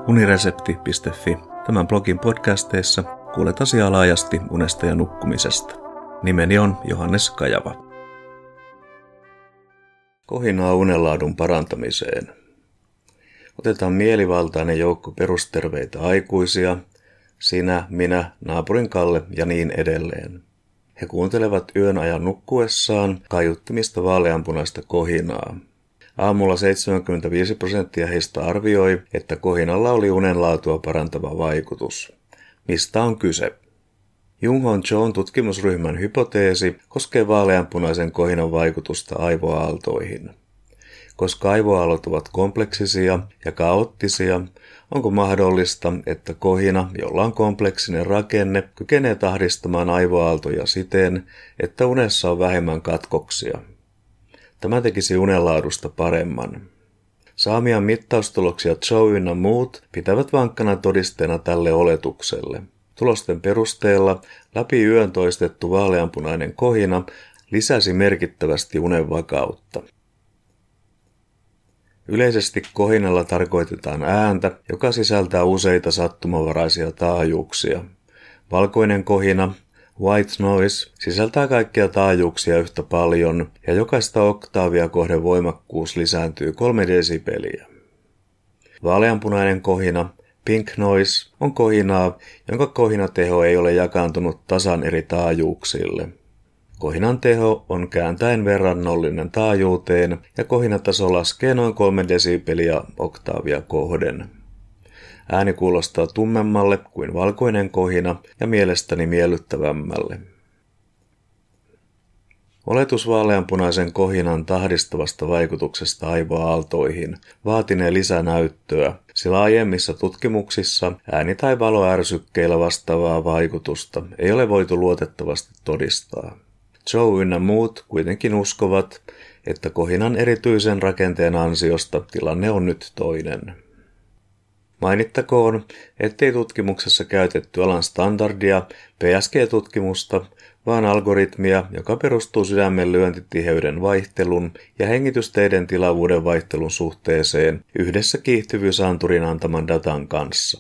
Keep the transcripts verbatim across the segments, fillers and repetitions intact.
uniresepti piste fi. Tämän blogin podcasteissa kuulet asiaa laajasti unesta ja nukkumisesta. Nimeni on Johannes Kajava. Kohinaa unenlaadun parantamiseen. Otetaan mielivaltainen joukko perusterveitä aikuisia, sinä, minä, naapurin Kalle ja niin edelleen. He kuuntelevat yön ajan nukkuessaan kaiuttimista vaaleanpunaista kohinaa. Aamulla seitsemänkymmentäviisi prosenttia heistä arvioi, että kohinalla oli unenlaatua parantava vaikutus. Mistä on kyse? Jung-Hong Cho'n tutkimusryhmän hypoteesi koskee vaaleanpunaisen kohinan vaikutusta aivoaaltoihin. Koska aivoaallot ovat kompleksisia ja kaoottisia, onko mahdollista, että kohina, jolla on kompleksinen rakenne, kykenee tahdistamaan aivoaaltoja siten, että unessa on vähemmän katkoksia? Tämä tekisi unenlaadusta paremman. Saamiaan mittaustuloksia Chow ynnä muut pitävät vankkana todisteena tälle oletukselle. Tulosten perusteella läpi yön toistettu vaaleanpunainen kohina lisäsi merkittävästi unen vakautta. Yleisesti kohinalla tarkoitetaan ääntä, joka sisältää useita sattumanvaraisia taajuuksia. Valkoinen kohina, white noise, sisältää kaikkia taajuuksia yhtä paljon ja jokaista oktaavia kohden voimakkuus lisääntyy kolme desibeliä. Vaaleanpunainen kohina, pink noise, on kohinaa, jonka kohinateho ei ole jakaantunut tasan eri taajuuksille. Kohinan teho on kääntäen verrannollinen taajuuteen ja kohinataso laskee noin kolme desibeliä oktaavia kohden. Ääni kuulostaa tummemmalle kuin valkoinen kohina ja mielestäni miellyttävämmälle. Oletus vaaleanpunaisen kohinan tahdistavasta vaikutuksesta aivoaaltoihin vaatinee lisänäyttöä, sillä aiemmissa tutkimuksissa ääni- tai valoärsykkeillä vastaavaa vaikutusta ei ole voitu luotettavasti todistaa. Chow ynnä muut kuitenkin uskovat, että kohinan erityisen rakenteen ansiosta tilanne on nyt toinen. Mainittakoon, ettei tutkimuksessa käytetty alan standardia P S G-tutkimusta, vaan algoritmia, joka perustuu sydämen lyöntitiheyden vaihtelun ja hengitysteiden tilavuuden vaihtelun suhteeseen yhdessä kiihtyvyysanturin antaman datan kanssa.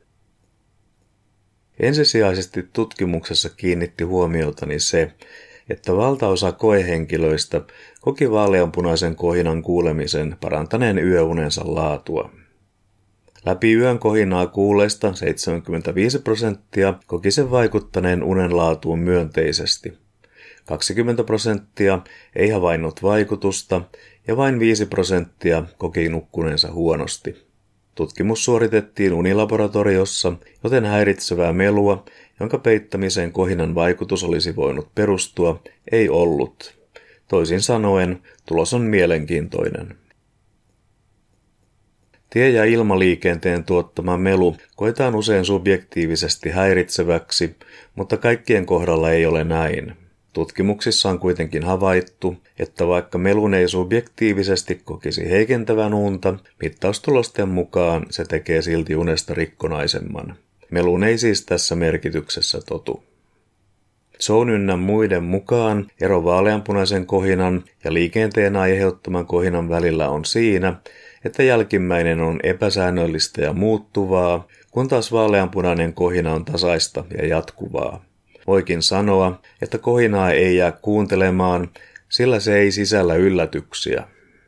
Ensisijaisesti tutkimuksessa kiinnitti huomiotani se, että valtaosa koehenkilöistä koki vaaleanpunaisen kohinan kuulemisen parantaneen yöunensa laatua. Läpi yön kohinaa kuulleista seitsemänkymmentäviisi prosenttia koki sen vaikuttaneen unen laatuun myönteisesti. kaksikymmentä prosenttia ei havainnut vaikutusta ja vain viisi prosenttia koki nukkuneensa huonosti. Tutkimus suoritettiin unilaboratoriossa, joten häiritsevää melua, jonka peittämiseen kohinan vaikutus olisi voinut perustua, ei ollut. Toisin sanoen, tulos on mielenkiintoinen. Tie- ja ilmaliikenteen tuottama melu koetaan usein subjektiivisesti häiritseväksi, mutta kaikkien kohdalla ei ole näin. Tutkimuksissa on kuitenkin havaittu, että vaikka melun ei subjektiivisesti kokisi heikentävän unta, mittaustulosten mukaan se tekee silti unesta rikkonaisemman. Melun ei siis tässä merkityksessä totu. Chown ynnä muiden mukaan ero vaaleanpunaisen kohinan ja liikenteen aiheuttaman kohinan välillä on siinä, että jälkimmäinen on epäsäännöllistä ja muuttuvaa, kun taas vaaleanpunainen kohina on tasaista ja jatkuvaa. Voikin sanoa, että kohinaa ei jää kuuntelemaan, sillä se ei sisällä yllätyksiä.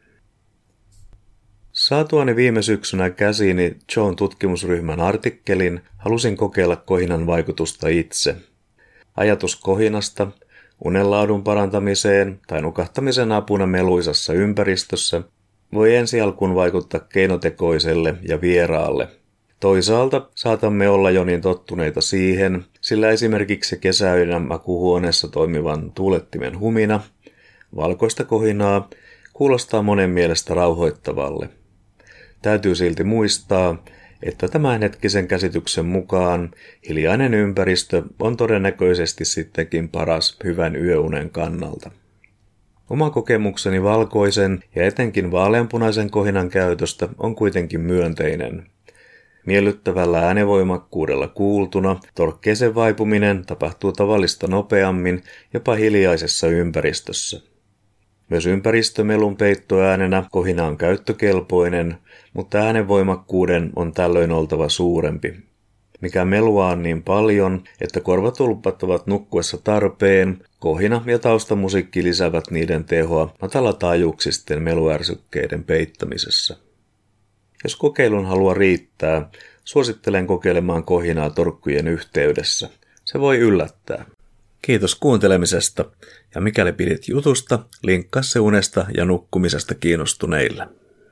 Saatuani viime syksynä käsiini Cho'n tutkimusryhmän artikkelin, halusin kokeilla kohinan vaikutusta itse. Ajatus kohinasta, unenlaadun parantamiseen tai nukahtamisen apuna meluisassa ympäristössä voi ensi alkuun vaikuttaa keinotekoiselle ja vieraalle. Toisaalta saatamme olla jo niin tottuneita siihen, sillä esimerkiksi kesäyönä makuuhuoneessa toimivan tuulettimen humina, valkoista kohinaa, kuulostaa monen mielestä rauhoittavalle. Täytyy silti muistaa, että tämänhetkisen käsityksen mukaan hiljainen ympäristö on todennäköisesti sittenkin paras hyvän yöunen kannalta. Oma kokemukseni valkoisen ja etenkin vaaleanpunaisen kohinan käytöstä on kuitenkin myönteinen. Miellyttävällä äänevoimakkuudella kuultuna torkkeisen vaipuminen tapahtuu tavallista nopeammin jopa hiljaisessa ympäristössä. Myös ympäristömelun peittoäänenä kohina on käyttökelpoinen, mutta äänen voimakkuuden on tällöin oltava suurempi. Mikä melua on niin paljon, että korvatulpat ovat nukkuessa tarpeen, kohina ja taustamusiikki lisäävät niiden tehoa matalataajuuksisten meluärsykkeiden peittämisessä. Jos kokeilun halua riittää, suosittelen kokeilemaan kohinaa torkkujen yhteydessä. Se voi yllättää. Kiitos kuuntelemisesta, ja mikäli pidit jutusta, linkkaa se unesta ja nukkumisesta kiinnostuneille.